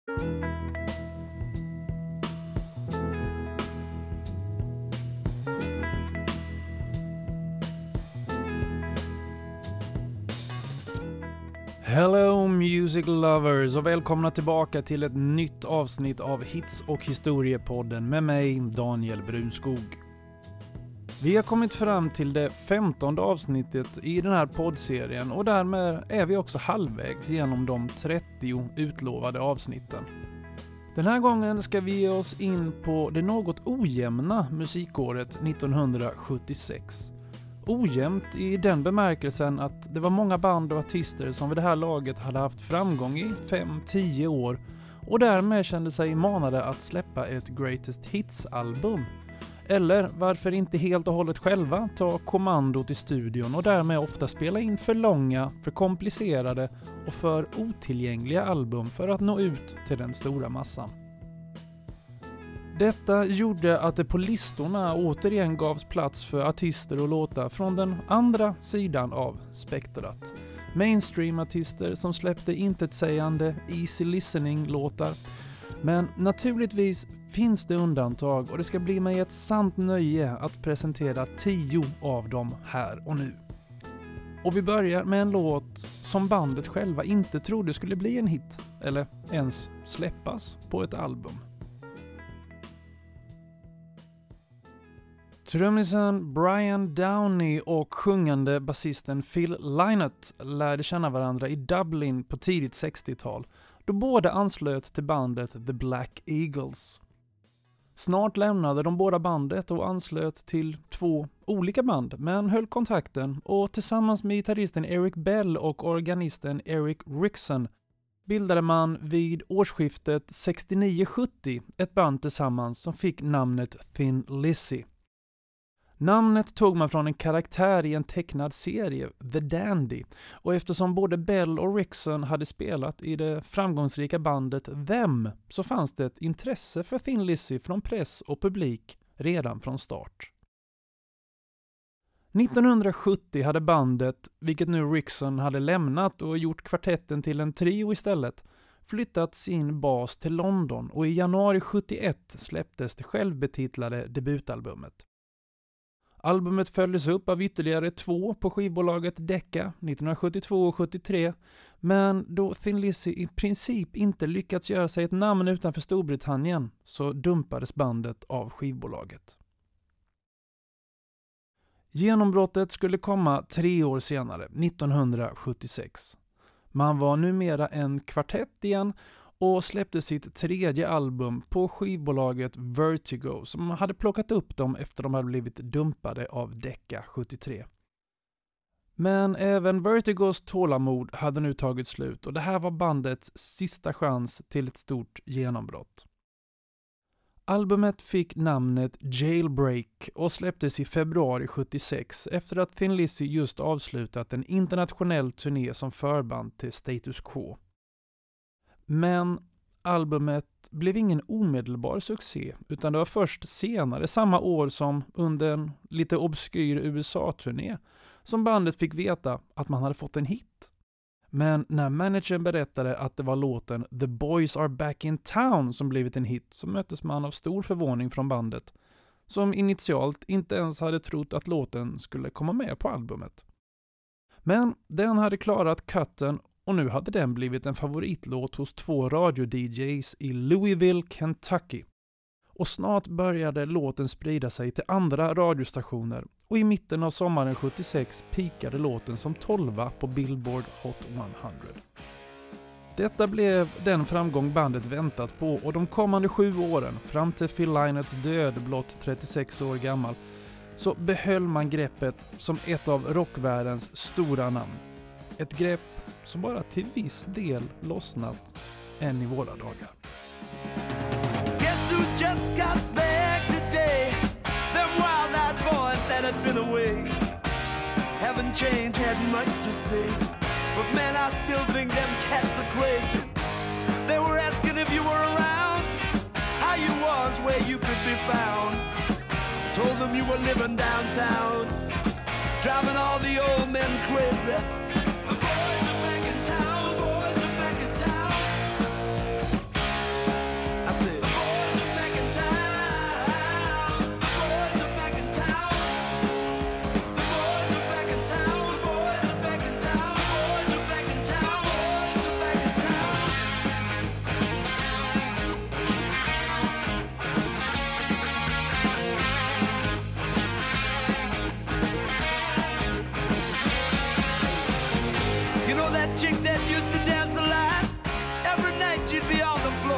Hello music lovers och välkomna tillbaka till ett nytt avsnitt av Hits och historiepodden med mig Daniel Brunskog. Vi har kommit fram till det 15:e avsnittet i den här poddserien och därmed är vi också halvvägs genom de 30 utlovade avsnitten. Den här gången ska vi ge oss in på det något ojämna musikåret 1976. Ojämnt i den bemärkelsen att det var många band och artister som vid det här laget hade haft framgång i 5-10 år och därmed kände sig manade att släppa ett Greatest Hits-album. Eller varför inte helt och hållet själva ta kommandot i studion och därmed ofta spela in för långa, för komplicerade och för otillgängliga album för att nå ut till den stora massan. Detta gjorde att det på listorna återigen gavs plats för artister och låtar från den andra sidan av spektrat. Mainstream-artister som släppte intetsägande, easy listening-låtar. Men naturligtvis finns det undantag och det ska bli mig ett sant nöje att presentera 10 av dem här och nu. Och vi börjar med en låt som bandet själva inte trodde skulle bli en hit eller ens släppas på ett album. Trummisen Brian Downey och sjungande basisten Phil Lynott lärde känna varandra i Dublin på tidigt 60-tal då båda anslöt till bandet The Black Eagles. Snart lämnade de båda bandet och anslöt till 2 olika band men höll kontakten och tillsammans med gitarristen Eric Bell och organisten Eric Rickson bildade man vid årsskiftet 69-70 ett band tillsammans som fick namnet Thin Lizzy. Namnet tog man från en karaktär i en tecknad serie, The Dandy, och eftersom både Bell och Rickson hade spelat i det framgångsrika bandet Them så fanns det ett intresse för Thin Lizzy från press och publik redan från start. 1970 hade bandet, vilket nu Rickson hade lämnat och gjort kvartetten till en trio istället, flyttat sin bas till London och i januari 71 släpptes det självbetitlade debutalbumet. Albumet följdes upp av ytterligare 2 på skivbolaget Decca 1972 och 73, men då Thin Lizzy i princip inte lyckats göra sig ett namn utanför Storbritannien så dumpades bandet av skivbolaget. Genombrottet skulle komma 3 år senare, 1976. Man var numera en kvartett igen och släppte sitt 3:e album på skivbolaget Vertigo som hade plockat upp dem efter de hade blivit dumpade av Decca 73. Men även Vertigos tålamod hade nu tagit slut och det här var bandets sista chans till ett stort genombrott. Albumet fick namnet Jailbreak och släpptes i februari 76 efter att Thin Lizzy just avslutat en internationell turné som förband till Status Quo. Men albumet blev ingen omedelbar succé utan det var först senare samma år som under en lite obskyr USA-turné som bandet fick veta att man hade fått en hit. Men när managern berättade att det var låten The Boys Are Back in Town som blivit en hit så möttes man av stor förvåning från bandet som initialt inte ens hade trott att låten skulle komma med på albumet. Men den hade klarat cutten och nu hade den blivit en favoritlåt hos 2 radio-DJs i Louisville, Kentucky. Och snart började låten sprida sig till andra radiostationer och i mitten av sommaren 76 pikade låten som 12 på Billboard Hot 100. Detta blev den framgång bandet väntat på och de kommande 7 åren, fram till Phil Lynotts död blott 36 år gammal, så behöll man greppet som ett av rockvärldens stora namn. Ett grepp som bara till viss del lossnat än i våra dagar. Guess who just got back today? Them wild-eyed boys that had been away haven't changed, had much to say, but man, I still think them cats are crazy. They were asking if you were around, how you was, where you could be found. Told them you were living downtown, driving all the old men crazy. The boys are back in town, boys are back in town.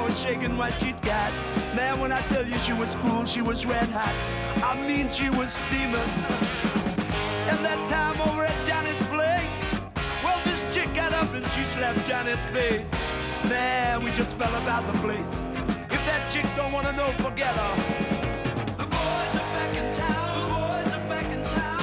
was shaking what she'd got. Man, when I tell you she was cool, she was red hot. I mean, she was steaming. And that time over at Johnny's place, well, this chick got up and she slapped Johnny's face. Man, we just fell about the place. If that chick don't wanna know, forget her. The boys are back in town. The boys are back in town.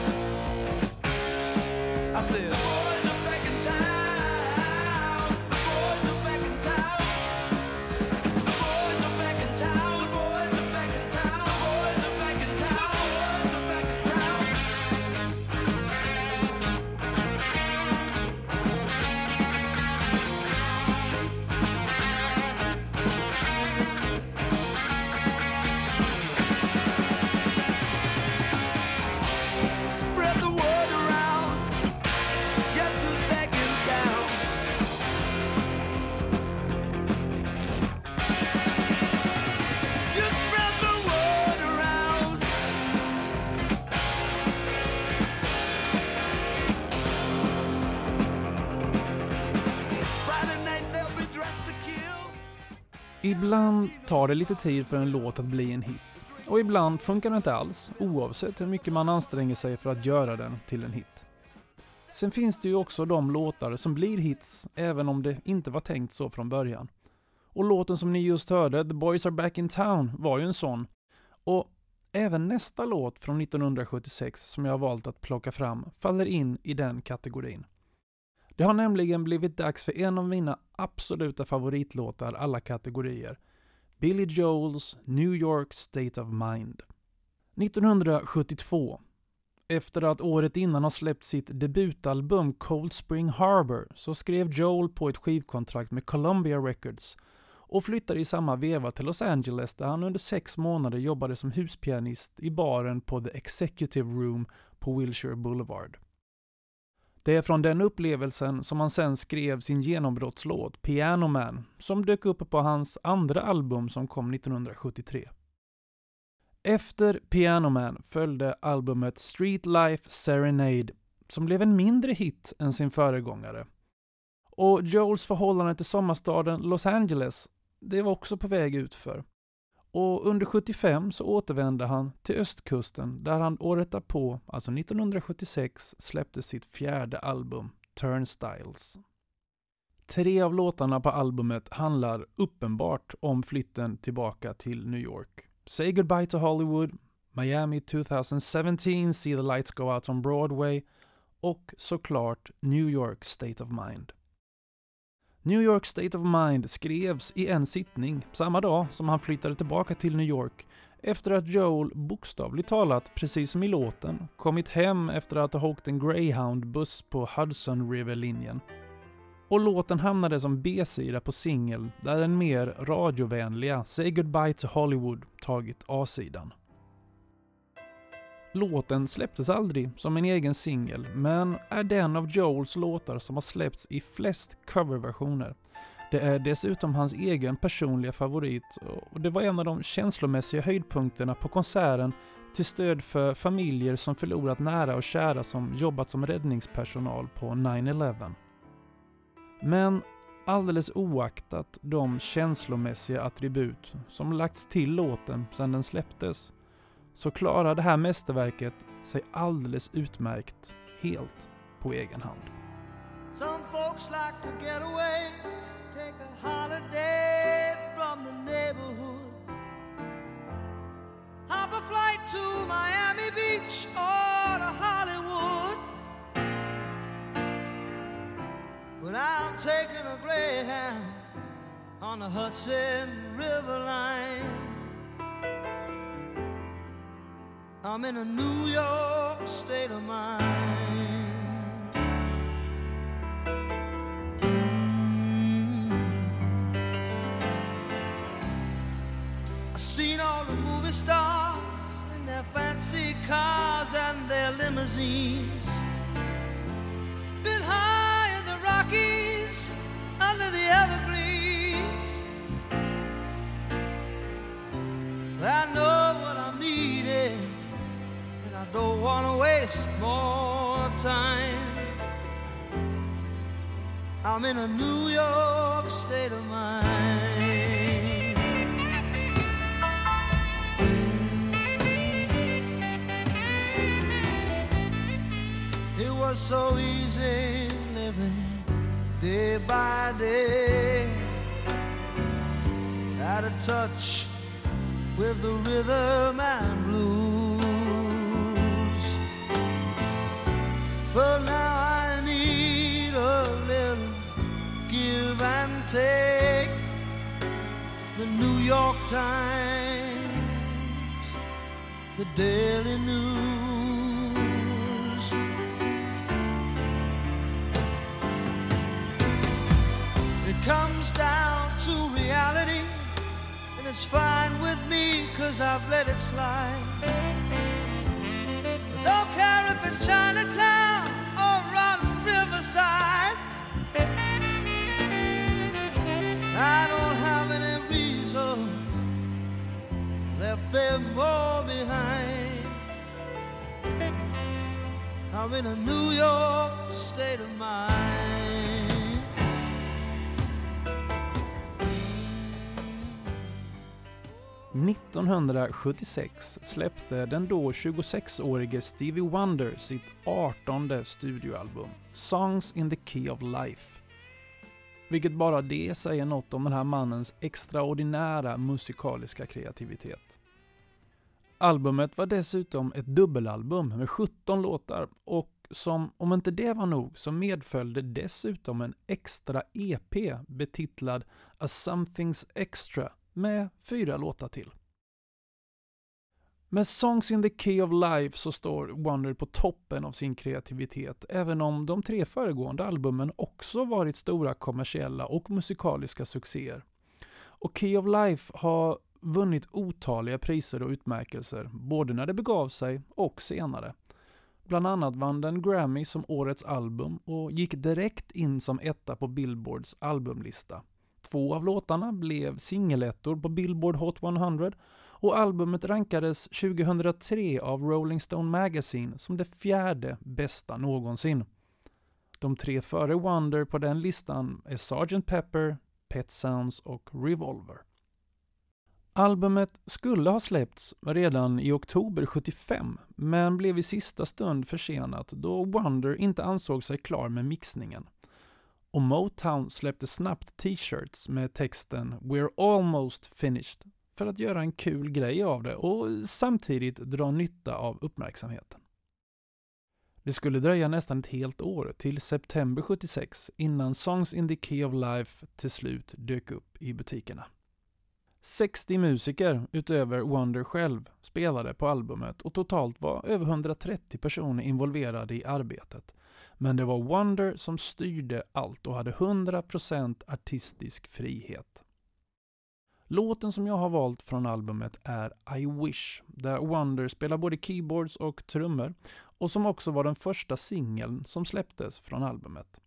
I said, the boys are back in town. The boys are back in town. The boys are back in town. The boys are back in town. The boys are back in town. The boys are back in town. Spread the word around. Guess who's back in town? You spread the word around. Friday night they'll be dressed to kill. Ibland tar det lite tid för en låt att bli en hit. Och ibland funkar det inte alls, oavsett hur mycket man anstränger sig för att göra den till en hit. Sen finns det ju också de låtar som blir hits, även om det inte var tänkt så från början. Och låten som ni just hörde, The Boys Are Back in Town, var ju en sån. Och även nästa låt från 1976 som jag har valt att plocka fram faller in i den kategorin. Det har nämligen blivit dags för en av mina absoluta favoritlåtar alla kategorier. Billy Joel's New York State of Mind. 1972, efter att året innan har släppt sitt debutalbum Cold Spring Harbor, så skrev Joel på ett skivkontrakt med Columbia Records och flyttade i samma veva till Los Angeles där han under 6 månader jobbade som huspianist i baren på The Executive Room på Wilshire Boulevard. Det är från den upplevelsen som han sen skrev sin genombrottslåt Piano Man, som dök upp på hans andra album som kom 1973. Efter Piano Man följde albumet Street Life Serenade, som blev en mindre hit än sin föregångare. Och Joels förhållande till sommarstaden Los Angeles, det var också på väg utför. Och under 75 så återvände han till östkusten där han året därpå, alltså 1976, släppte sitt 4:e album, Turnstiles. 3 av låtarna på albumet handlar uppenbart om flytten tillbaka till New York. Say Goodbye to Hollywood, Miami 2017, See the Lights Go Out on Broadway och såklart New York State of Mind. New York State of Mind skrevs i en sittning samma dag som han flyttade tillbaka till New York efter att Joel bokstavligt talat, precis som i låten, kommit hem efter att ha åkt en Greyhound-buss på Hudson River-linjen. Och låten hamnade som B-sida på singel där den mer radiovänliga Say Goodbye to Hollywood tagit A-sidan. Låten släpptes aldrig som en egen singel, men är den av Joels låtar som har släppts i flest coverversioner. Det är dessutom hans egen personliga favorit och det var en av de känslomässiga höjdpunkterna på konserten till stöd för familjer som förlorat nära och kära som jobbat som räddningspersonal på 9/11. Men alldeles oaktat de känslomässiga attribut som lagts till låten sedan den släpptes, så klarar det här mästerverket sig alldeles utmärkt helt på egen hand. Some folks like to get away, take a holiday from the neighborhood. Hop a flight to Miami Beach or to Hollywood. But I'm taking a Greyhound on the Hudson River line. I'm in a New York state of mind. I've seen all the movie stars in their fancy cars and their limousines. Been high in the Rockies, under the evergreens. I know what I'm needing, I don't want to waste more time. I'm in a New York state of mind. so easy living day by day, out of touch with the rhythm and blues. But now I need a little give and take. The New York Times, the Daily News. It comes down to reality, and it's fine with me, 'cause I've let it slide. I don't care if it's Chinatown or on Riverside. I don't have any reason left them all behind. I'm in a New York state of mind. 1976 släppte den då 26-årige Stevie Wonder sitt 18:e studioalbum, Songs in the Key of Life. Vilket bara det säger något om den här mannens extraordinära musikaliska kreativitet. Albumet var dessutom ett dubbelalbum med 17 låtar och som, om inte det var nog, så medföljde dessutom en extra EP betitlad A Something's Extra med 4 låtar till. Med Songs in the Key of Life så står Wonder på toppen av sin kreativitet, även om de 3 föregående albumen också varit stora kommersiella och musikaliska succéer. Och Key of Life har vunnit otaliga priser och utmärkelser, både när det begav sig och senare. Bland annat vann den Grammy som årets album och gick direkt in som etta på Billboards albumlista. 2 av låtarna blev singelettor på Billboard Hot 100 och albumet rankades 2003 av Rolling Stone Magazine som det 4:e bästa någonsin. De 3 före Wonder på den listan är Sgt. Pepper, Pet Sounds och Revolver. Albumet skulle ha släppts redan i oktober 75 men blev i sista stund försenat då Wonder inte ansåg sig klar med mixningen. Och Motown släppte snabbt t-shirts med texten "We're almost finished" för att göra en kul grej av det och samtidigt dra nytta av uppmärksamheten. Det skulle dröja nästan ett helt år till september 76 innan Songs in the Key of Life till slut dök upp i butikerna. 60 musiker utöver Wonder själv spelade på albumet och totalt var över 130 personer involverade i arbetet. Men det var Wonder som styrde allt och hade 100% artistisk frihet. Låten som jag har valt från albumet är I Wish, där Wonder spelar både keyboards och trummor och som också var den första singeln som släpptes från albumet.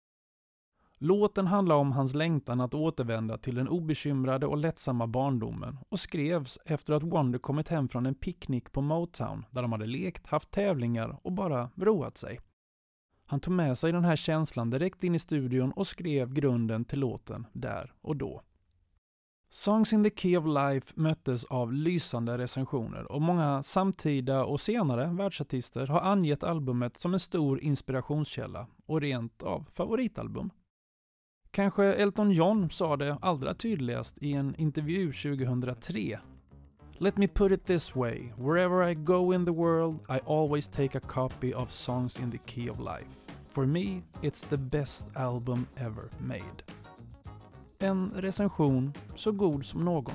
Låten handlar om hans längtan att återvända till den obekymrade och lättsamma barndomen och skrevs efter att Wonder kommit hem från en picknick på Motown där de hade lekt, haft tävlingar och bara roat sig. Han tog med sig den här känslan direkt in i studion och skrev grunden till låten där och då. Songs in the Key of Life möttes av lysande recensioner och många samtida och senare världsartister har angett albumet som en stor inspirationskälla och rent av favoritalbum. Kanske Elton John sa det allra tydligast i en intervju 2003. Let me put it this way, wherever I go in the world, I always take a copy of Songs in the Key of Life. For me, it's the best album ever made. En recension så god som någon.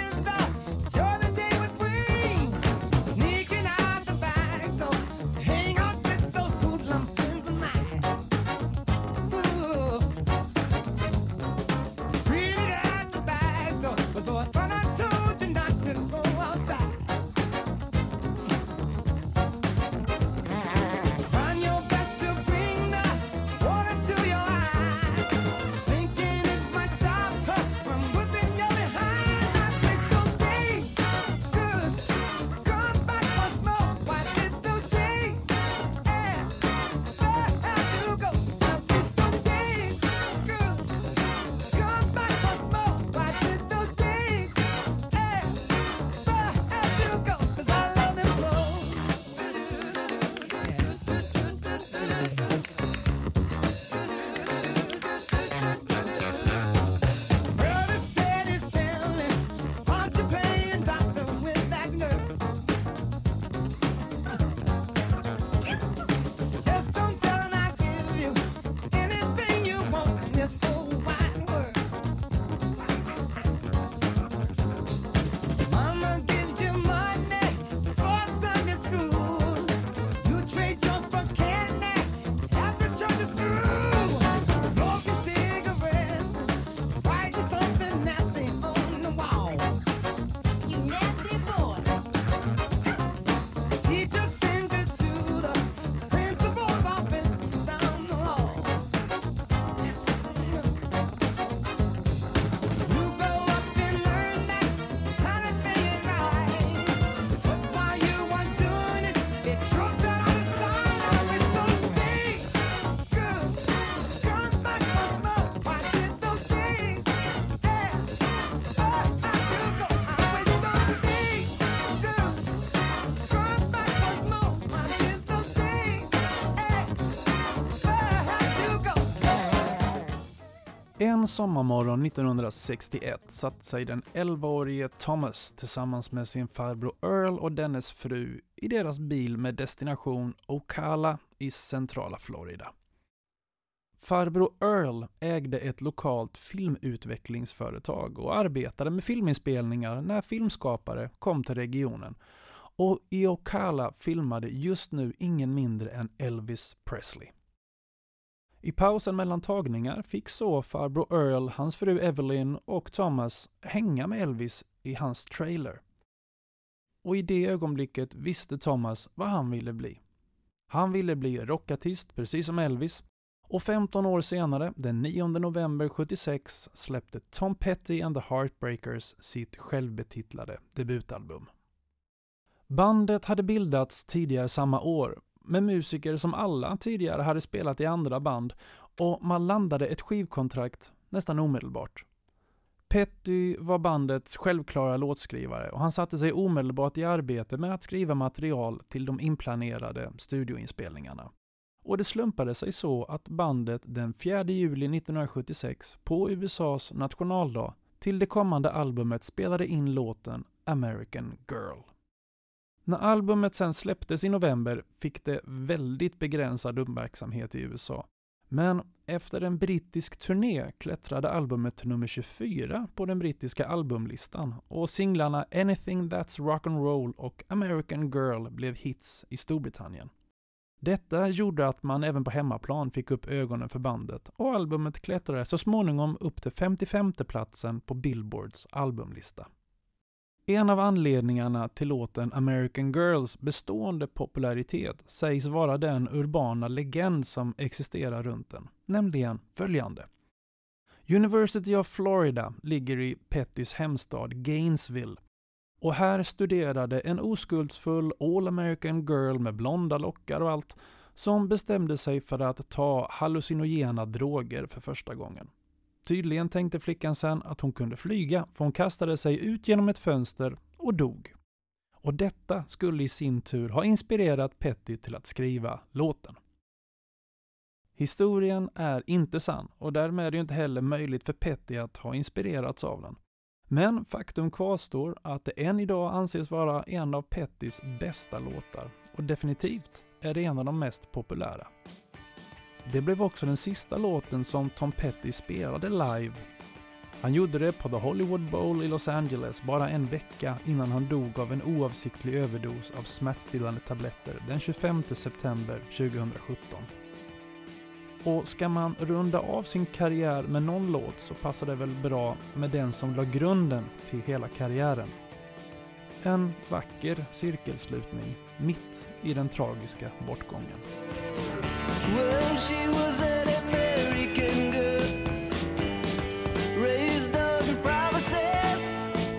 Hang En sommarmorgon 1961 satt sig den 11-årige Thomas tillsammans med sin farbror Earl och dennes fru i deras bil med destination Ocala i centrala Florida. Farbror Earl ägde ett lokalt filmutvecklingsföretag och arbetade med filminspelningar när filmskapare kom till regionen. Och i Ocala filmade just nu ingen mindre än Elvis Presley. I pausen mellan tagningar fick så farbror Earl, hans fru Evelyn och Thomas hänga med Elvis i hans trailer. Och i det ögonblicket visste Thomas vad han ville bli. Han ville bli rockartist precis som Elvis. Och 15 år senare, den 9 november 76, släppte Tom Petty and the Heartbreakers sitt självbetitlade debutalbum. Bandet hade bildats tidigare samma år med musiker som alla tidigare hade spelat i andra band och man landade ett skivkontrakt nästan omedelbart. Petty var bandets självklara låtskrivare och han satte sig omedelbart i arbete med att skriva material till de inplanerade studioinspelningarna. Och det slumpade sig så att bandet den 4 juli 1976 på USAs nationaldag till det kommande albumet spelade in låten American Girl. När albumet sen släpptes i november fick det väldigt begränsad uppmärksamhet i USA. Men efter en brittisk turné klättrade albumet till nummer 24 på den brittiska albumlistan och singlarna Anything That's Rock'n'Roll och American Girl blev hits i Storbritannien. Detta gjorde att man även på hemmaplan fick upp ögonen för bandet och albumet klättrade så småningom upp till 55:e platsen på Billboards albumlista. En av anledningarna till låten American Girls bestående popularitet sägs vara den urbana legend som existerar runt den, nämligen följande. University of Florida ligger i Pettys hemstad Gainesville och här studerade en oskuldsfull all-American girl med blonda lockar och allt som bestämde sig för att ta hallucinogena droger för första gången. Tydligen tänkte flickan sen att hon kunde flyga för hon kastade sig ut genom ett fönster och dog. Och detta skulle i sin tur ha inspirerat Petty till att skriva låten. Historien är inte sann och därmed är det inte heller möjligt för Petty att ha inspirerats av den. Men faktum kvarstår att det än idag anses vara en av Pettys bästa låtar och definitivt är det en av de mest populära. Det blev också den sista låten som Tom Petty spelade live. Han gjorde det på The Hollywood Bowl i Los Angeles bara en vecka innan han dog av en oavsiktlig överdos av smärtstillande tabletter den 25 september 2017. Och ska man runda av sin karriär med någon låt så passar det väl bra med den som la grunden till hela karriären. En vacker cirkelslutning mitt i den tragiska bortgången. Well, she was an American girl, raised on promises.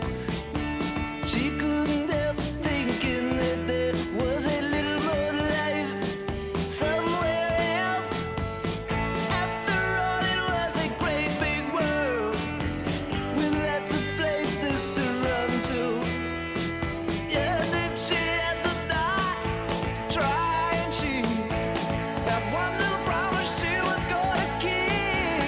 She couldn't help thinking that there was a little more life somewhere else. After all, it was a great big world with lots of places to run to. Yeah, if she had to die trying, she had one little promise she was gonna keep.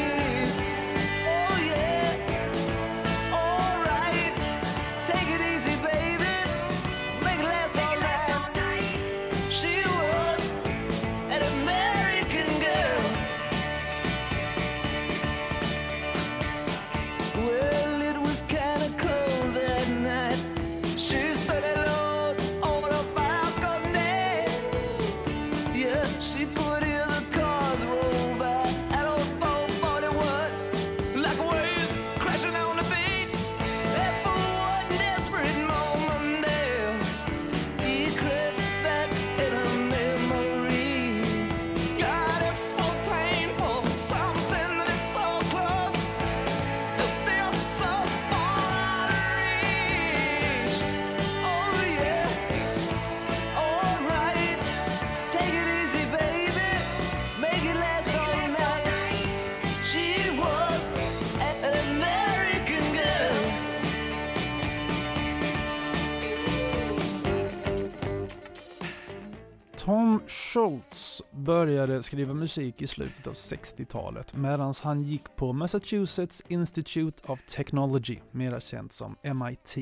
Tom Scholz började skriva musik i slutet av 60-talet medan han gick på Massachusetts Institute of Technology, mer känt som MIT.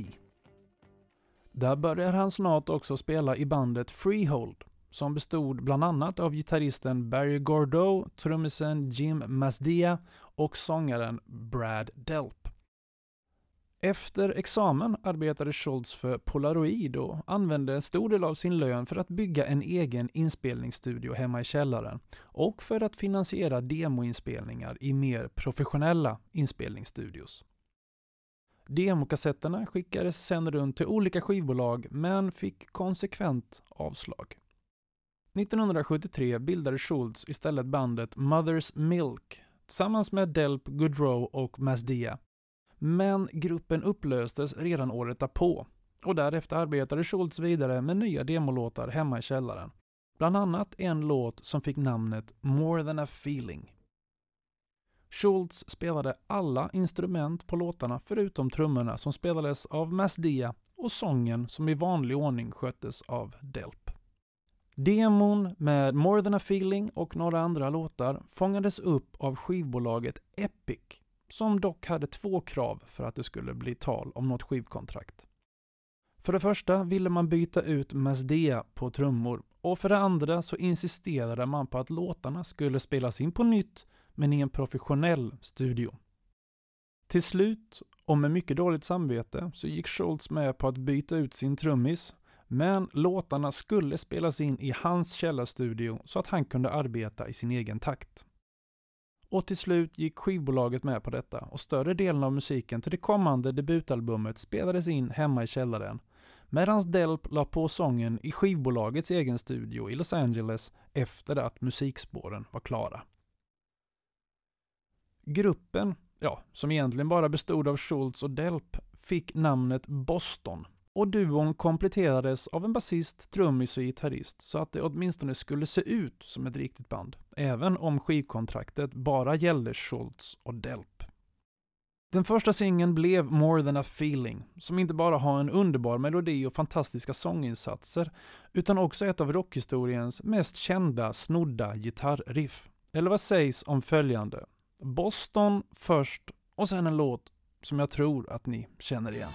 Där började han snart också spela i bandet Freehold, som bestod bland annat av gitarristen Barry Gordeau, trummisen Jim Mazdia och sångaren Brad Delp. Efter examen arbetade Scholz för Polaroid och använde en stor del av sin lön för att bygga en egen inspelningsstudio hemma i källaren och för att finansiera demoinspelningar i mer professionella inspelningsstudios. Demokassetterna skickades sedan runt till olika skivbolag men fick konsekvent avslag. 1973 bildade Scholz istället bandet Mother's Milk tillsammans med Delp, Goodrow och Mazdia. Men gruppen upplöstes redan året därpå och därefter arbetade Scholz vidare med nya demolåtar hemma i källaren. Bland annat en låt som fick namnet More Than A Feeling. Scholz spelade alla instrument på låtarna förutom trummorna som spelades av Mazdia och sången som i vanlig ordning sköttes av Delp. Demon med More Than A Feeling och några andra låtar fångades upp av skivbolaget Epic, som dock hade 2 krav för att det skulle bli tal om något skivkontrakt. För det första ville man byta ut Mazdia på trummor och för det andra så insisterade man på att låtarna skulle spelas in på nytt men i en professionell studio. Till slut, och med mycket dåligt samvete, så gick Scholz med på att byta ut sin trummis, men låtarna skulle spelas in i hans källarstudio så att han kunde arbeta i sin egen takt. Och till slut gick skivbolaget med på detta och större delen av musiken till det kommande debutalbumet spelades in hemma i källaren, medan Delp la på sången i skivbolagets egen studio i Los Angeles efter att musikspåren var klara. Gruppen, som egentligen bara bestod av Scholz och Delp, fick namnet Boston och duon kompletterades av en basist, trummis och gitarrist så att det åtminstone skulle se ut som ett riktigt band, även om skivkontraktet bara gällde Scholz och Delp. Den första singeln blev More Than A Feeling, som inte bara har en underbar melodi och fantastiska sånginsatser, utan också ett av rockhistoriens mest kända snodda gitarriff. Eller vad sägs om följande? Boston först och sen en låt som jag tror att ni känner igen.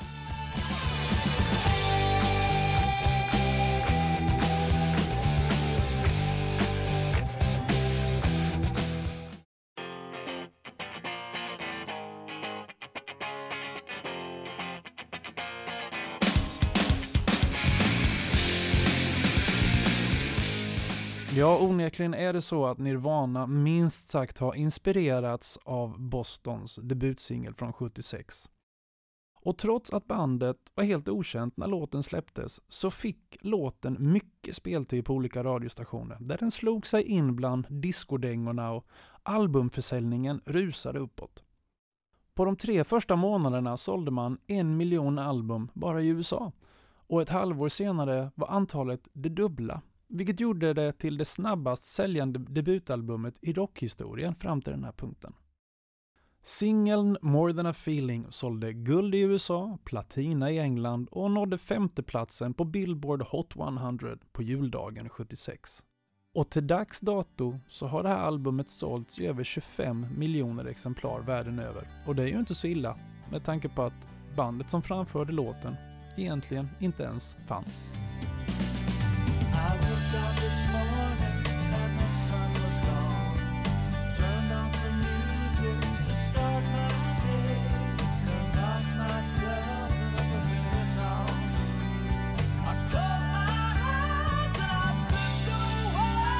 Ja, onekligen är det så att Nirvana minst sagt har inspirerats av Bostons debutsingel från 76. Och trots att bandet var helt okänt när låten släpptes så fick låten mycket speltid på olika radiostationer där den slog sig in bland diskodängorna och albumförsäljningen rusade uppåt. På de 3 första månaderna sålde man 1 miljon album bara i USA och ett halvår senare var antalet det dubbla. Vilket gjorde det till det snabbast säljande debutalbumet i rockhistorien fram till den här punkten. Singeln More Than A Feeling sålde guld i USA, platina i England och nådde 5:e platsen på Billboard Hot 100 på juldagen 76. Och till dags dato så har det här albumet sålts i över 25 miljoner exemplar världen över. Och det är ju inte så illa med tanke på att bandet som framförde låten egentligen inte ens fanns. I woke up this morning and the sun was gone. Turned on some music to start my day. And lost myself in a favorite song. I closed my eyes and I slipped away.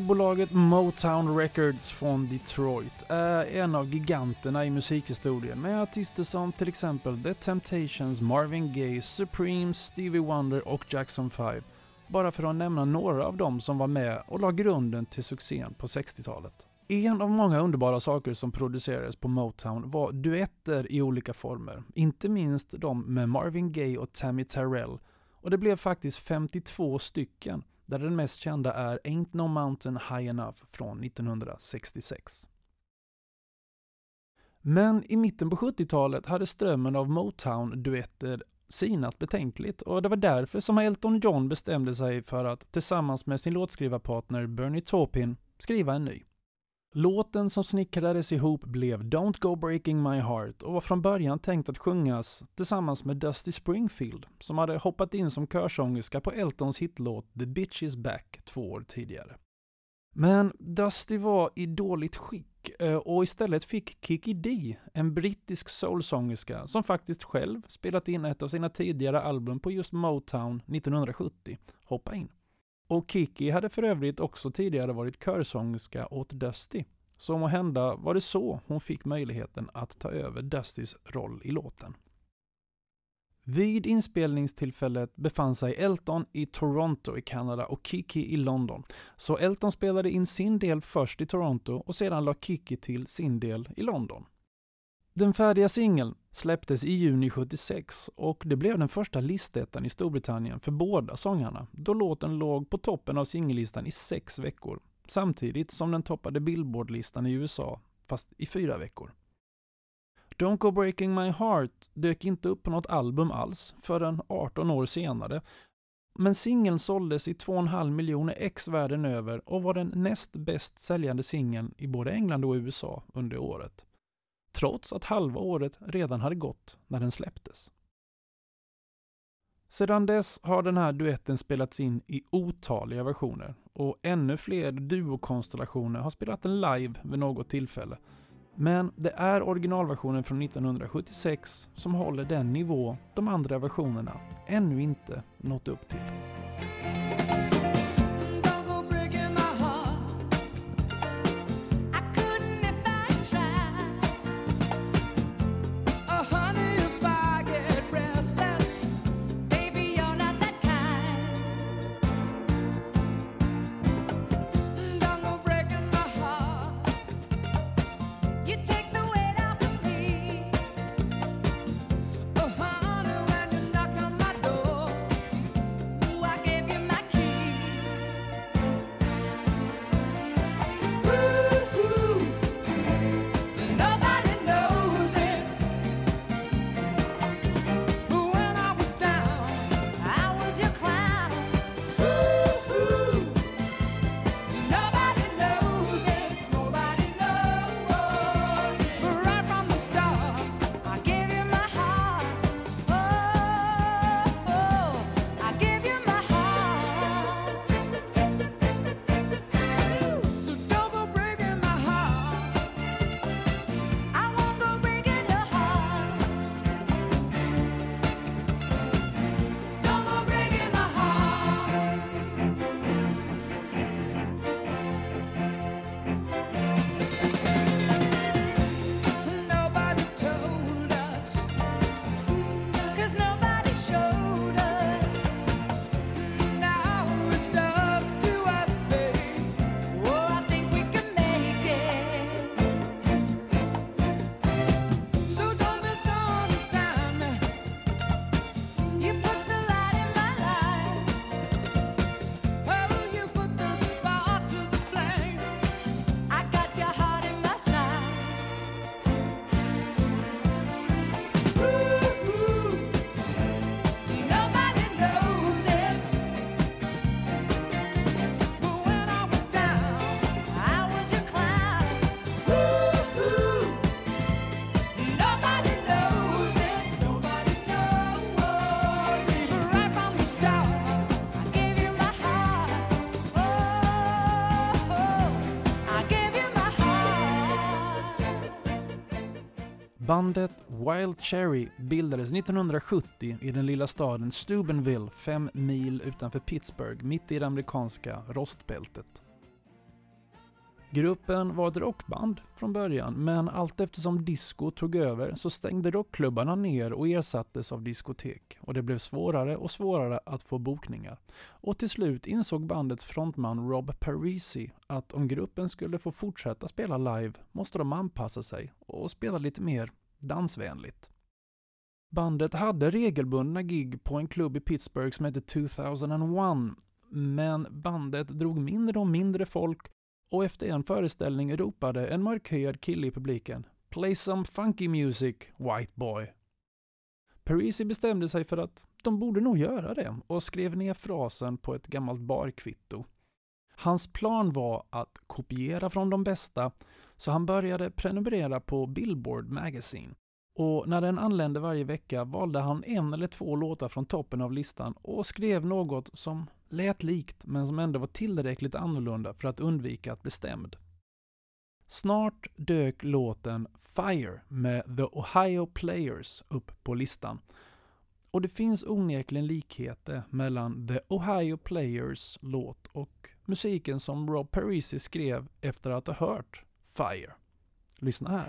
Skivbolaget Motown Records från Detroit är en av giganterna i musikhistorien med artister som till exempel The Temptations, Marvin Gaye, Supremes, Stevie Wonder och Jackson 5. Bara för att nämna några av dem som var med och la grunden till succén på 60-talet. En av många underbara saker som producerades på Motown var duetter i olika former. Inte minst de med Marvin Gaye och Tammy Terrell. Och det blev faktiskt 52 stycken, där den mest kända är Ain't No Mountain High Enough från 1966. Men i mitten på 70-talet hade strömmen av Motown-duetter sinat betänkligt, och det var därför som Elton John bestämde sig för att tillsammans med sin låtskrivarpartner Bernie Taupin skriva en ny. Låten som snickrades ihop blev Don't Go Breaking My Heart och var från början tänkt att sjungas tillsammans med Dusty Springfield, som hade hoppat in som körsångerska på Eltons hitlåt The Bitch Is Back 2 år tidigare. Men Dusty var i dåligt skick och istället fick Kiki Dee, en brittisk soulsångerska som faktiskt själv spelat in ett av sina tidigare album på just Motown 1970, hoppa in. Och Kiki hade för övrigt också tidigare varit körsångerska åt Dusty, så måhända var det så hon fick möjligheten att ta över Dustys roll i låten. Vid inspelningstillfället befann sig Elton i Toronto i Kanada och Kiki i London, så Elton spelade in sin del först i Toronto och sedan la Kiki till sin del i London. Den färdiga singeln släpptes i juni 76 och det blev den första listettan i Storbritannien för båda sångarna, då låten låg på toppen av singellistan i 6 veckor, samtidigt som den toppade Billboard-listan i USA, fast i 4 veckor. Don't Go Breaking My Heart dök inte upp på något album alls förrän 18 år senare, men singeln såldes i 2,5 miljoner ex världen över och var den näst bäst säljande singeln i både England och USA under året, trots att halva året redan hade gått när den släpptes. Sedan dess har den här duetten spelats in i otaliga versioner och ännu fler duokonstellationer har spelat den live vid något tillfälle. Men det är originalversionen från 1976 som håller den nivå de andra versionerna ännu inte nått upp till. Bandet Wild Cherry bildades 1970 i den lilla staden Steubenville, 5 mil utanför Pittsburgh, mitt i det amerikanska rostbältet. Gruppen var ett rockband från början, men allt eftersom disco tog över så stängde rockklubbarna ner och ersattes av diskotek. Och det blev svårare och svårare att få bokningar. Och till slut insåg bandets frontman Rob Parisi att om gruppen skulle få fortsätta spela live måste de anpassa sig och spela lite mer dansvänligt. Bandet hade regelbundna gig på en klubb i Pittsburgh som hette 2001, men bandet drog mindre och mindre folk. Och efter en föreställning ropade en mörkhyad kille i publiken: "Play some funky music, white boy." Parisi bestämde sig för att de borde nog göra det och skrev ner frasen på ett gammalt barkvitto. Hans plan var att kopiera från de bästa, så han började prenumerera på Billboard Magazine. Och när den anlände varje vecka valde han 1 eller 2 låtar från toppen av listan och skrev något som lät likt men som ändå var tillräckligt annorlunda för att undvika att bli stämd. Snart dök låten Fire med The Ohio Players upp på listan. Och det finns onekligen likheter mellan The Ohio Players låt och musiken som Rob Parisi skrev efter att ha hört Fire. Lyssna här.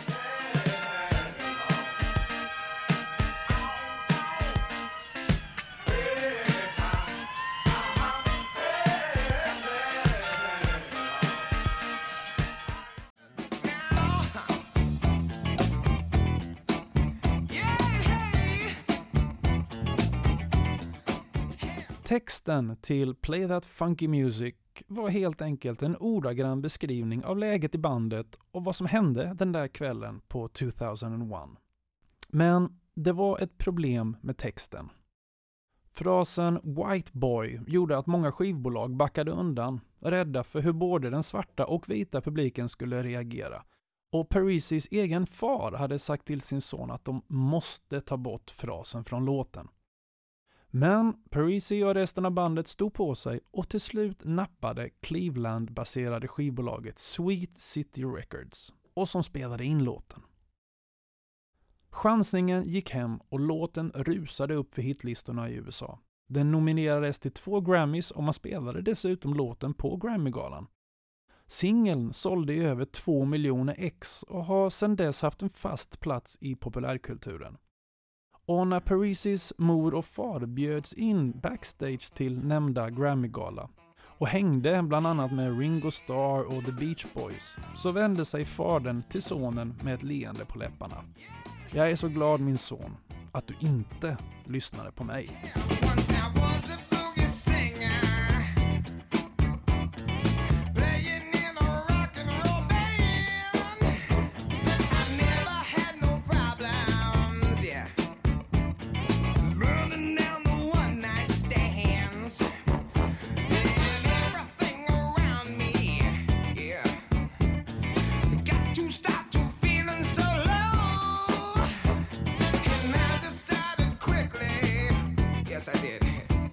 Texten till Play That Funky Music var helt enkelt en ordagrann beskrivning av läget i bandet och vad som hände den där kvällen på 2001. Men det var ett problem med texten. Frasen "white boy" gjorde att många skivbolag backade undan, rädda för hur både den svarta och vita publiken skulle reagera. Och Parisis egen far hade sagt till sin son att de måste ta bort frasen från låten. Men Parisi och resten av bandet stod på sig och till slut nappade Cleveland-baserade skivbolaget Sweet City Records och som spelade in låten. Chansningen gick hem och låten rusade upp för hitlistorna i USA. Den nominerades till 2 Grammys och man spelade dessutom låten på Grammy-galan. Singeln sålde i över 2 miljoner ex och har sedan dess haft en fast plats i populärkulturen. Och när Parisis mor och far bjöds in backstage till nämnda Grammy-gala och hängde bland annat med Ringo Starr och The Beach Boys, så vände sig fadern till sonen med ett leende på läpparna. "Jag är så glad, min son, att du inte lyssnade på mig." Yes, I did.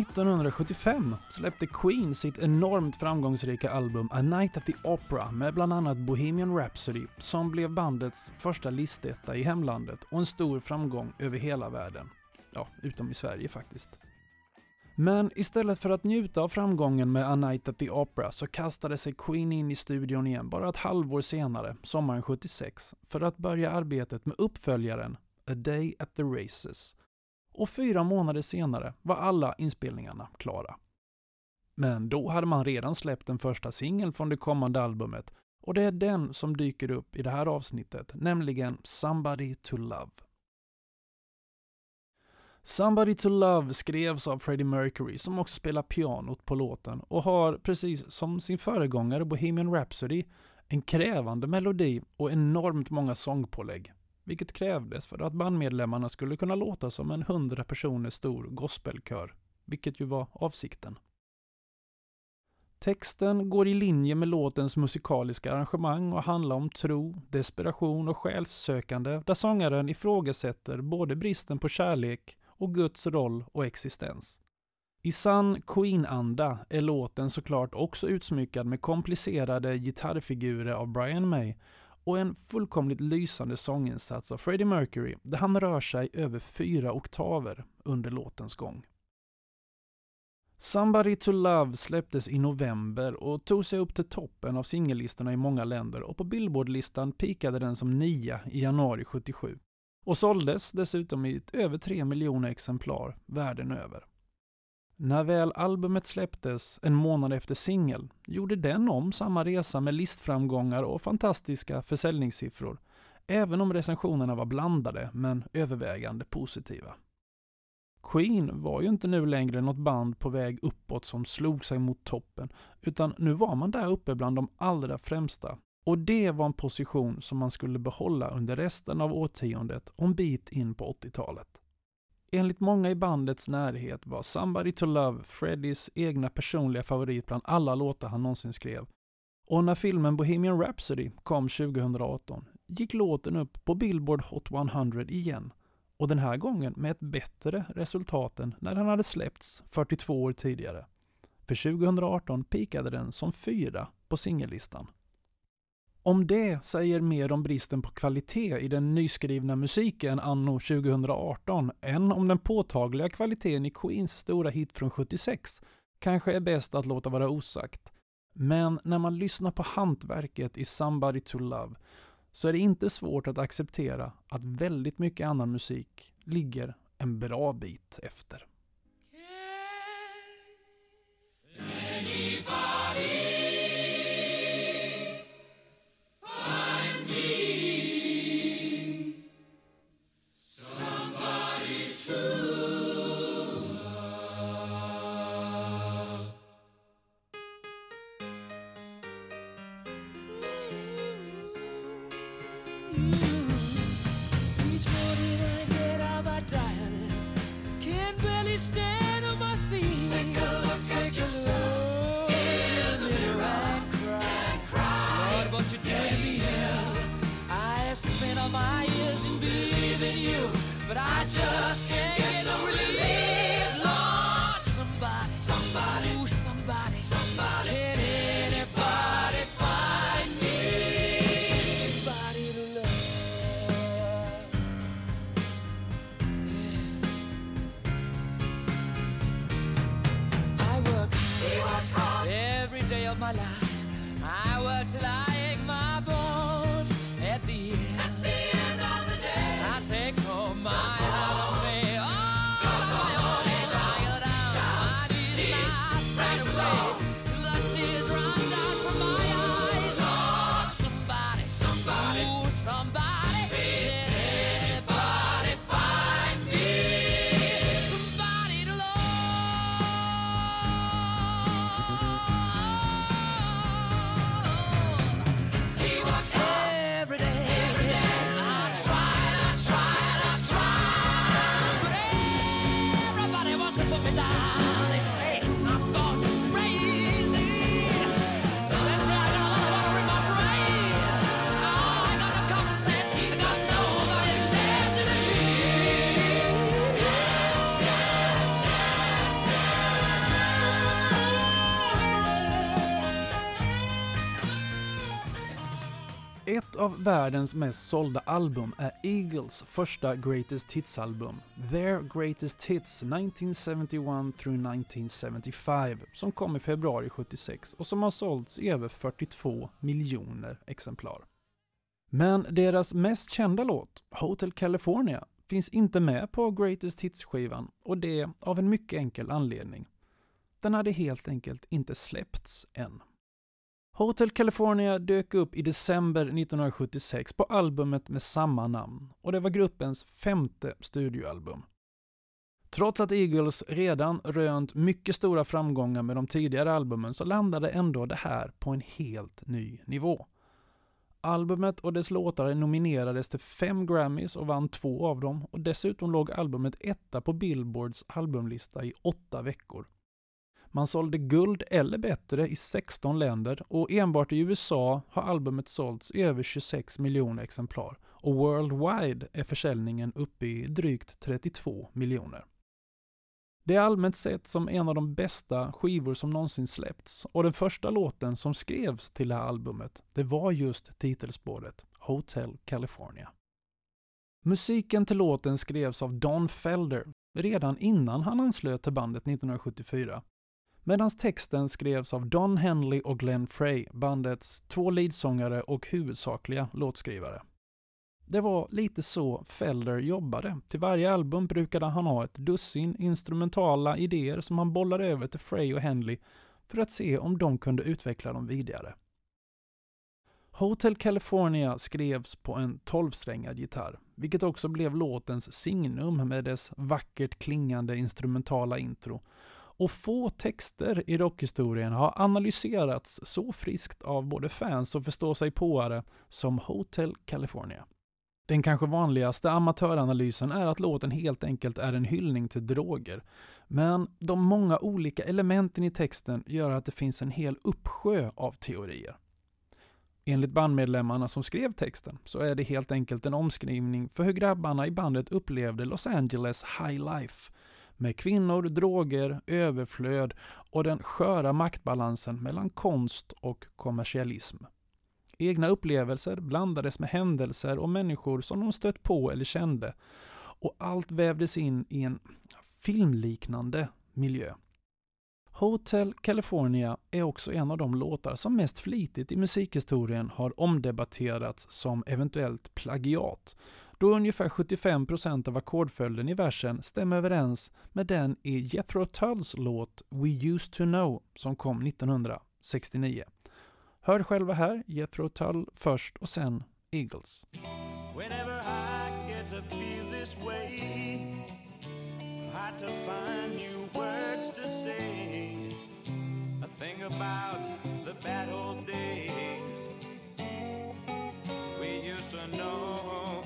1975 släppte Queen sitt enormt framgångsrika album A Night at the Opera med bland annat Bohemian Rhapsody som blev bandets första listetta i hemlandet och en stor framgång över hela världen. Ja, utom i Sverige faktiskt. Men istället för att njuta av framgången med A Night at the Opera så kastade sig Queen in i studion igen bara ett halvår senare, sommaren 76, för att börja arbetet med uppföljaren A Day at the Races. Och 4 månader senare var alla inspelningarna klara. Men då hade man redan släppt den första singeln från det kommande albumet och det är den som dyker upp i det här avsnittet, nämligen Somebody to Love. Somebody to Love skrevs av Freddie Mercury som också spelar pianot på låten och har, precis som sin föregångare Bohemian Rhapsody, en krävande melodi och enormt många sångpålägg, vilket krävdes för att bandmedlemmarna skulle kunna låta som en 100 personer stor gospelkör, vilket ju var avsikten. Texten går i linje med låtens musikaliska arrangemang och handlar om tro, desperation och själssökande där sångaren ifrågasätter både bristen på kärlek och Guds roll och existens. I sann Queen-anda är låten såklart också utsmyckad med komplicerade gitarrfigurer av Brian May och en fullkomligt lysande sånginsats av Freddie Mercury där han rör sig över 4 oktaver under låtens gång. Somebody to Love släpptes i november och tog sig upp till toppen av singellistorna i många länder och på Billboard-listan pikade den som 9 i januari 77 och såldes dessutom i över 3 miljoner exemplar världen över. När väl albumet släpptes en månad efter singel gjorde den om samma resa med listframgångar och fantastiska försäljningssiffror, även om recensionerna var blandade men övervägande positiva. Queen var ju inte nu längre något band på väg uppåt som slog sig mot toppen, utan nu var man där uppe bland de allra främsta. Och det var en position som man skulle behålla under resten av årtiondet och en bit in på 80-talet. Enligt många i bandets närhet var Somebody to Love Freddies egna personliga favorit bland alla låtar han någonsin skrev. Och när filmen Bohemian Rhapsody kom 2018 gick låten upp på Billboard Hot 100 igen. Och den här gången med ett bättre resultat än när den hade släppts 42 år tidigare. För 2018 pikade den som 4 på singellistan. Om det säger mer om bristen på kvalitet i den nyskrivna musiken anno 2018 än om den påtagliga kvaliteten i Queens stora hit från 76 kanske är bäst att låta vara osagt. Men när man lyssnar på hantverket i Somebody to Love så är det inte svårt att acceptera att väldigt mycket annan musik ligger en bra bit efter. Each morning I get out my diary, can't barely stand on my feet. Take a look at yourself in the mirror and cry. Lord, what you did to me is I have spent all my years in believing you, but I just can't get no relief. Lord, somebody, ooh, somebody, can anybody find me? Somebody to love. Every day of my life I work till I ache my bones. At the end of the day I take home my heart with me. Oh, tired out, my knees now straight away till the tears run down from my eyes. Oh, somebody, ooh, somebody, can anybody find me? Somebody to love. Ett av världens mest sålda album är Eagles första Greatest Hits-album, Their Greatest Hits 1971 through 1975, som kom i februari 76 och som har sålts i över 42 miljoner exemplar. Men deras mest kända låt, Hotel California, finns inte med på Greatest Hits-skivan, och det av en mycket enkel anledning. Den hade helt enkelt inte släppts än. Hotel California dök upp i december 1976 på albumet med samma namn, och det var gruppens 5:e studioalbum. Trots att Eagles redan rönt mycket stora framgångar med de tidigare albumen så landade ändå det här på en helt ny nivå. Albumet och dess låtar nominerades till 5 Grammys och vann 2 av dem, och dessutom låg albumet 1 på Billboards albumlista i 8 veckor. Man sålde guld eller bättre i 16 länder, och enbart i USA har albumet sålts i över 26 miljoner exemplar, och worldwide är försäljningen uppe i drygt 32 miljoner. Det är allmänt sett som en av de bästa skivor som någonsin släppts, och den första låten som skrevs till det här albumet, det var just titelspåret Hotel California. Musiken till låten skrevs av Don Felder redan innan han anslöt till bandet 1974. Medan texten skrevs av Don Henley och Glenn Frey, bandets 2 leadsångare och huvudsakliga låtskrivare. Det var lite så Felder jobbade. Till varje album brukade han ha ett dussin instrumentala idéer som han bollade över till Frey och Henley för att se om de kunde utveckla dem vidare. Hotel California skrevs på en 12-strängad gitarr, vilket också blev låtens signum med dess vackert klingande instrumentala intro. Och få texter i rockhistorien har analyserats så friskt av både fans och förståsigpåare som Hotel California. Den kanske vanligaste amatöranalysen är att låten helt enkelt är en hyllning till droger. Men de många olika elementen i texten gör att det finns en hel uppsjö av teorier. Enligt bandmedlemmarna som skrev texten så är det helt enkelt en omskrivning för hur grabbarna i bandet upplevde Los Angeles high life, med kvinnor, droger, överflöd och den sköra maktbalansen mellan konst och kommersialism. Egna upplevelser blandades med händelser och människor som de stött på eller kände, och allt vävdes in i en filmliknande miljö. Hotel California är också en av de låtar som mest flitigt i musikhistorien har omdebatterats som eventuellt plagiat, då ungefär 75% av ackordföljden i versen stämmer överens med den i Jethro Tulls låt We Used to Know som kom 1969. Hör själva här, Jethro Tull först och sen Eagles. Whenever I get to feel this way, I had to find new words to say. I think about the bad old days we used to know.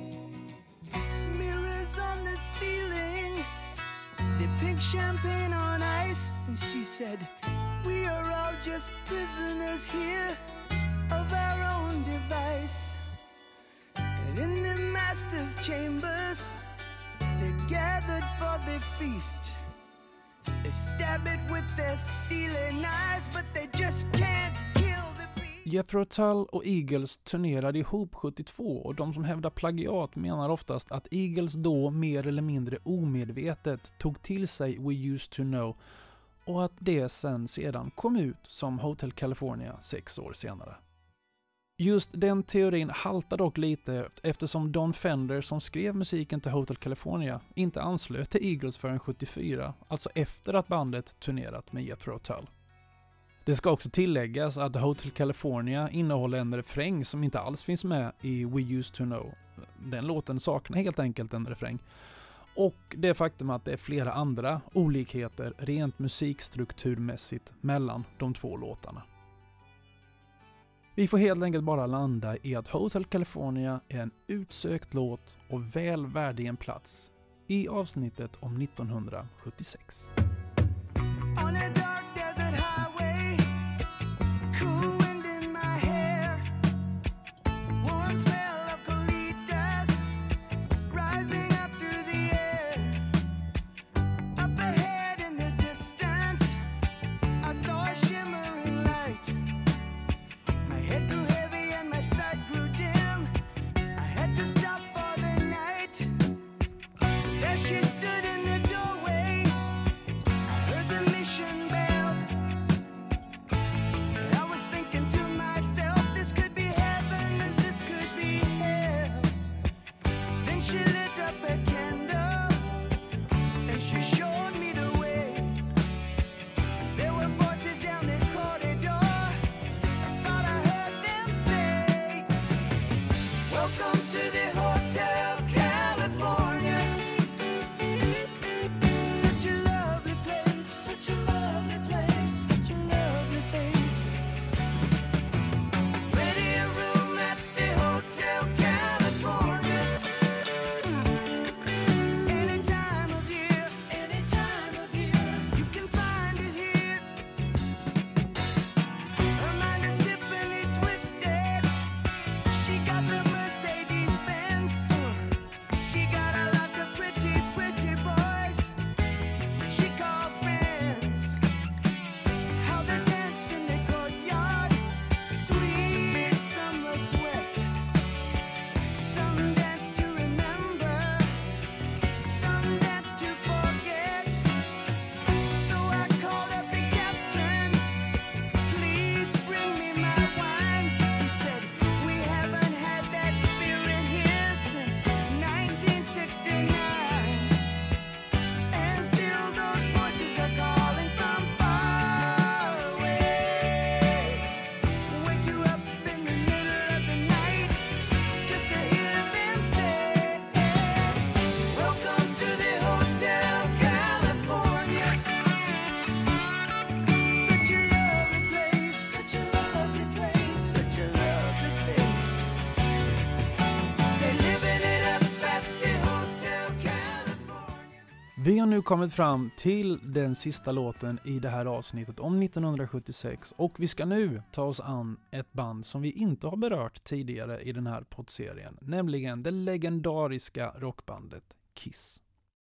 Mirrors on the ceiling, they pink champagne on ice, and she said, we are all just prisoners here of our own device. And in the master's chambers, they're gathered for the feast. They stab it with their steely knives, but they just can't kill the beast. Jethro Tull och Eagles turnerade ihop 72, och de som hävdar plagiat menar oftast att Eagles då mer eller mindre omedvetet tog till sig We Used to Know, och att det sedan kom ut som Hotel California 6 år senare. Just den teorin haltar dock lite eftersom Don Fender som skrev musiken till Hotel California inte anslöt till Eagles förrän 74, alltså efter att bandet turnerat med Jethro Tull. Det ska också tilläggas att Hotel California innehåller en refräng som inte alls finns med i We Used to Know. Den låten saknar helt enkelt en refräng. Och det faktum att det är flera andra olikheter rent musikstrukturmässigt mellan de 2 låtarna. Vi får helt enkelt bara landa i att Hotel California är en utsökt låt och väl värdig en plats i avsnittet om 1976. On a dark desert highway, cool wind in my hair, warm smell of colitas rising up through the air. Up ahead in the distance, I saw a shimmering light. My head grew heavy and my sight grew Vi har nu kommit fram till den sista låten i det här avsnittet om 1976 och vi ska nu ta oss an ett band som vi inte har berört tidigare i den här poddserien, nämligen det legendariska rockbandet Kiss.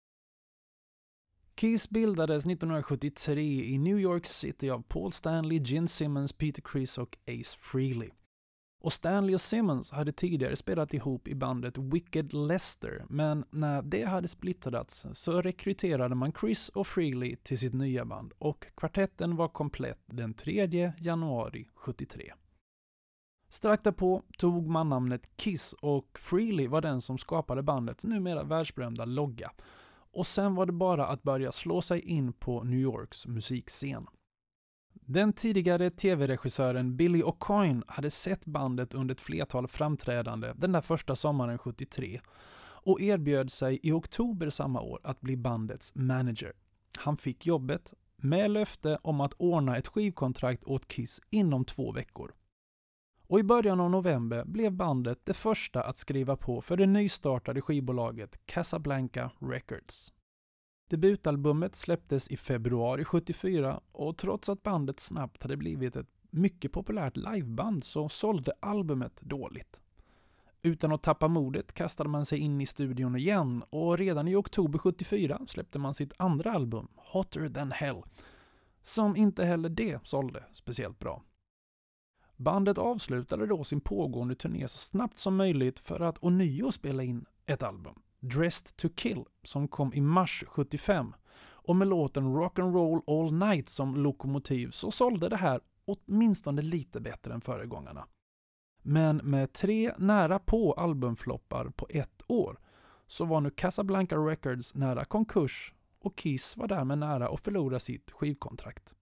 Kiss bildades 1973 i New York City av Paul Stanley, Gene Simmons, Peter Criss och Ace Frehley. Och Stanley och Simmons hade tidigare spelat ihop i bandet Wicked Lester, men när det hade splittrats så rekryterade man Criss och Frehley till sitt nya band och kvartetten var komplett den 3 januari 73. Strax därpå tog man namnet Kiss och Frehley var den som skapade bandets numera världsberömda logga. Och sen var det bara att börja slå sig in på New Yorks musikscen. Den tidigare tv-regissören Billy Aucoin hade sett bandet under ett flertal framträdande den där första sommaren 73 och erbjöd sig i oktober samma år att bli bandets manager. Han fick jobbet med löfte om att ordna ett skivkontrakt åt Kiss inom 2 veckor. Och i början av november blev bandet det första att skriva på för det nystartade skivbolaget Casablanca Records. Debutalbumet släpptes i februari 74 och trots att bandet snabbt hade blivit ett mycket populärt liveband så sålde albumet dåligt. Utan att tappa modet kastade man sig in i studion igen och redan i oktober 74 släppte man sitt andra album, Hotter Than Hell, som inte heller det sålde speciellt bra. Bandet avslutade då sin pågående turné så snabbt som möjligt för att ånyo spela in ett album, Dressed to Kill, som kom i mars 75. Och med låten Rock'n'Roll All Night som lokomotiv så sålde det här åtminstone lite bättre än föregångarna. Men med 3 nära på albumfloppar på 1 år så var nu Casablanca Records nära konkurs och Kiss var därmed nära att förlora sitt skivkontrakt.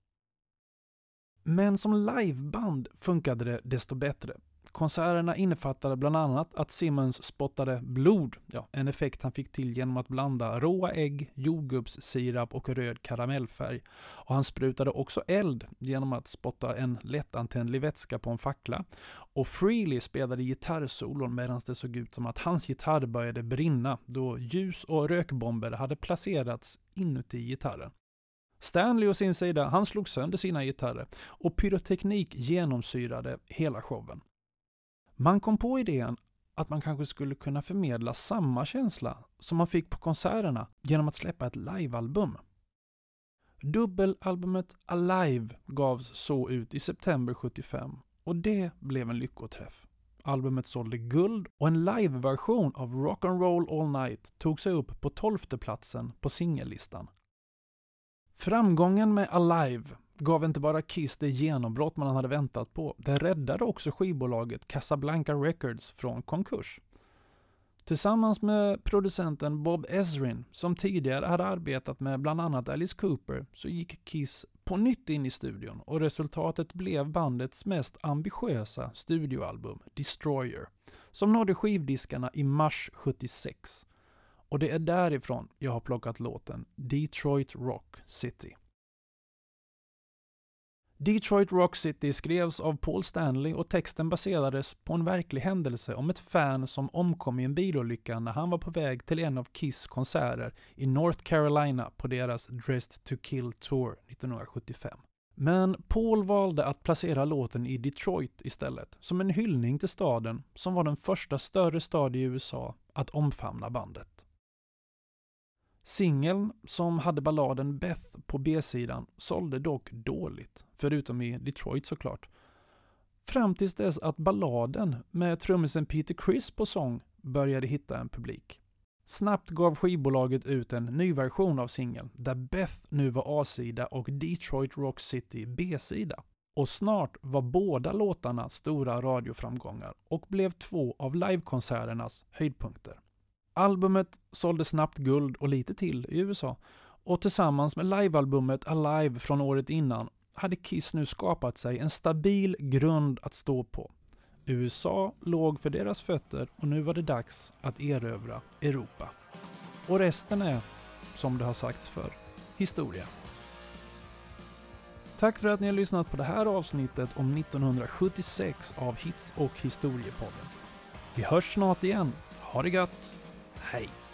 Men som liveband funkade det desto bättre. Konserterna innefattade bland annat att Simmons spottade blod, en effekt han fick till genom att blanda råa ägg, jordgubbssirap och röd karamellfärg. Och han sprutade också eld genom att spotta en lättantändlig vätska på en fackla. Och Frehley spelade gitarrsolon medan det såg ut som att hans gitarr började brinna då ljus- och rökbomber hade placerats inuti gitarren. Stanley å sin sida, han slog sönder sina gitarrer och pyroteknik genomsyrade hela showen. Man kom på idén att man kanske skulle kunna förmedla samma känsla som man fick på konserterna genom att släppa ett livealbum. Dubbelalbumet Alive gavs så ut i september 75 och det blev en lyckoträff. Albumet sålde guld och en liveversion av Rock'n'Roll All Night tog sig upp på 12:e platsen på singellistan. Framgången med Alive gav inte bara Kiss det genombrott man hade väntat på. Det räddade också skivbolaget Casablanca Records från konkurs. Tillsammans med producenten Bob Ezrin, som tidigare hade arbetat med bland annat Alice Cooper, så gick Kiss på nytt in i studion och resultatet blev bandets mest ambitiösa studioalbum, Destroyer, som nådde skivdiskarna i mars 76. Och det är därifrån jag har plockat låten Detroit Rock City. Detroit Rock City skrevs av Paul Stanley och texten baserades på en verklig händelse om ett fan som omkom i en bilolycka när han var på väg till en av Kiss konserter i North Carolina på deras Dressed to Kill Tour 1975. Men Paul valde att placera låten i Detroit istället, som en hyllning till staden som var den första större stad i USA att omfamna bandet. Singeln, som hade balladen Beth på B-sidan, sålde dock dåligt, förutom i Detroit såklart. Fram tills dess att balladen med trummisen Peter Criss på sång började hitta en publik. Snabbt gav skivbolaget ut en ny version av singeln, där Beth nu var A-sida och Detroit Rock City B-sida. Och snart var båda låtarna stora radioframgångar och blev 2 av livekonserternas höjdpunkter. Albumet sålde snabbt guld och lite till i USA och tillsammans med livealbumet Alive från året innan hade Kiss nu skapat sig en stabil grund att stå på. USA låg för deras fötter och nu var det dags att erövra Europa. Och resten är, som det har sagts för, historia. Tack för att ni har lyssnat på det här avsnittet om 1976 av Hits och historiepodden. Vi hörs snart igen. Ha det gött! Hej!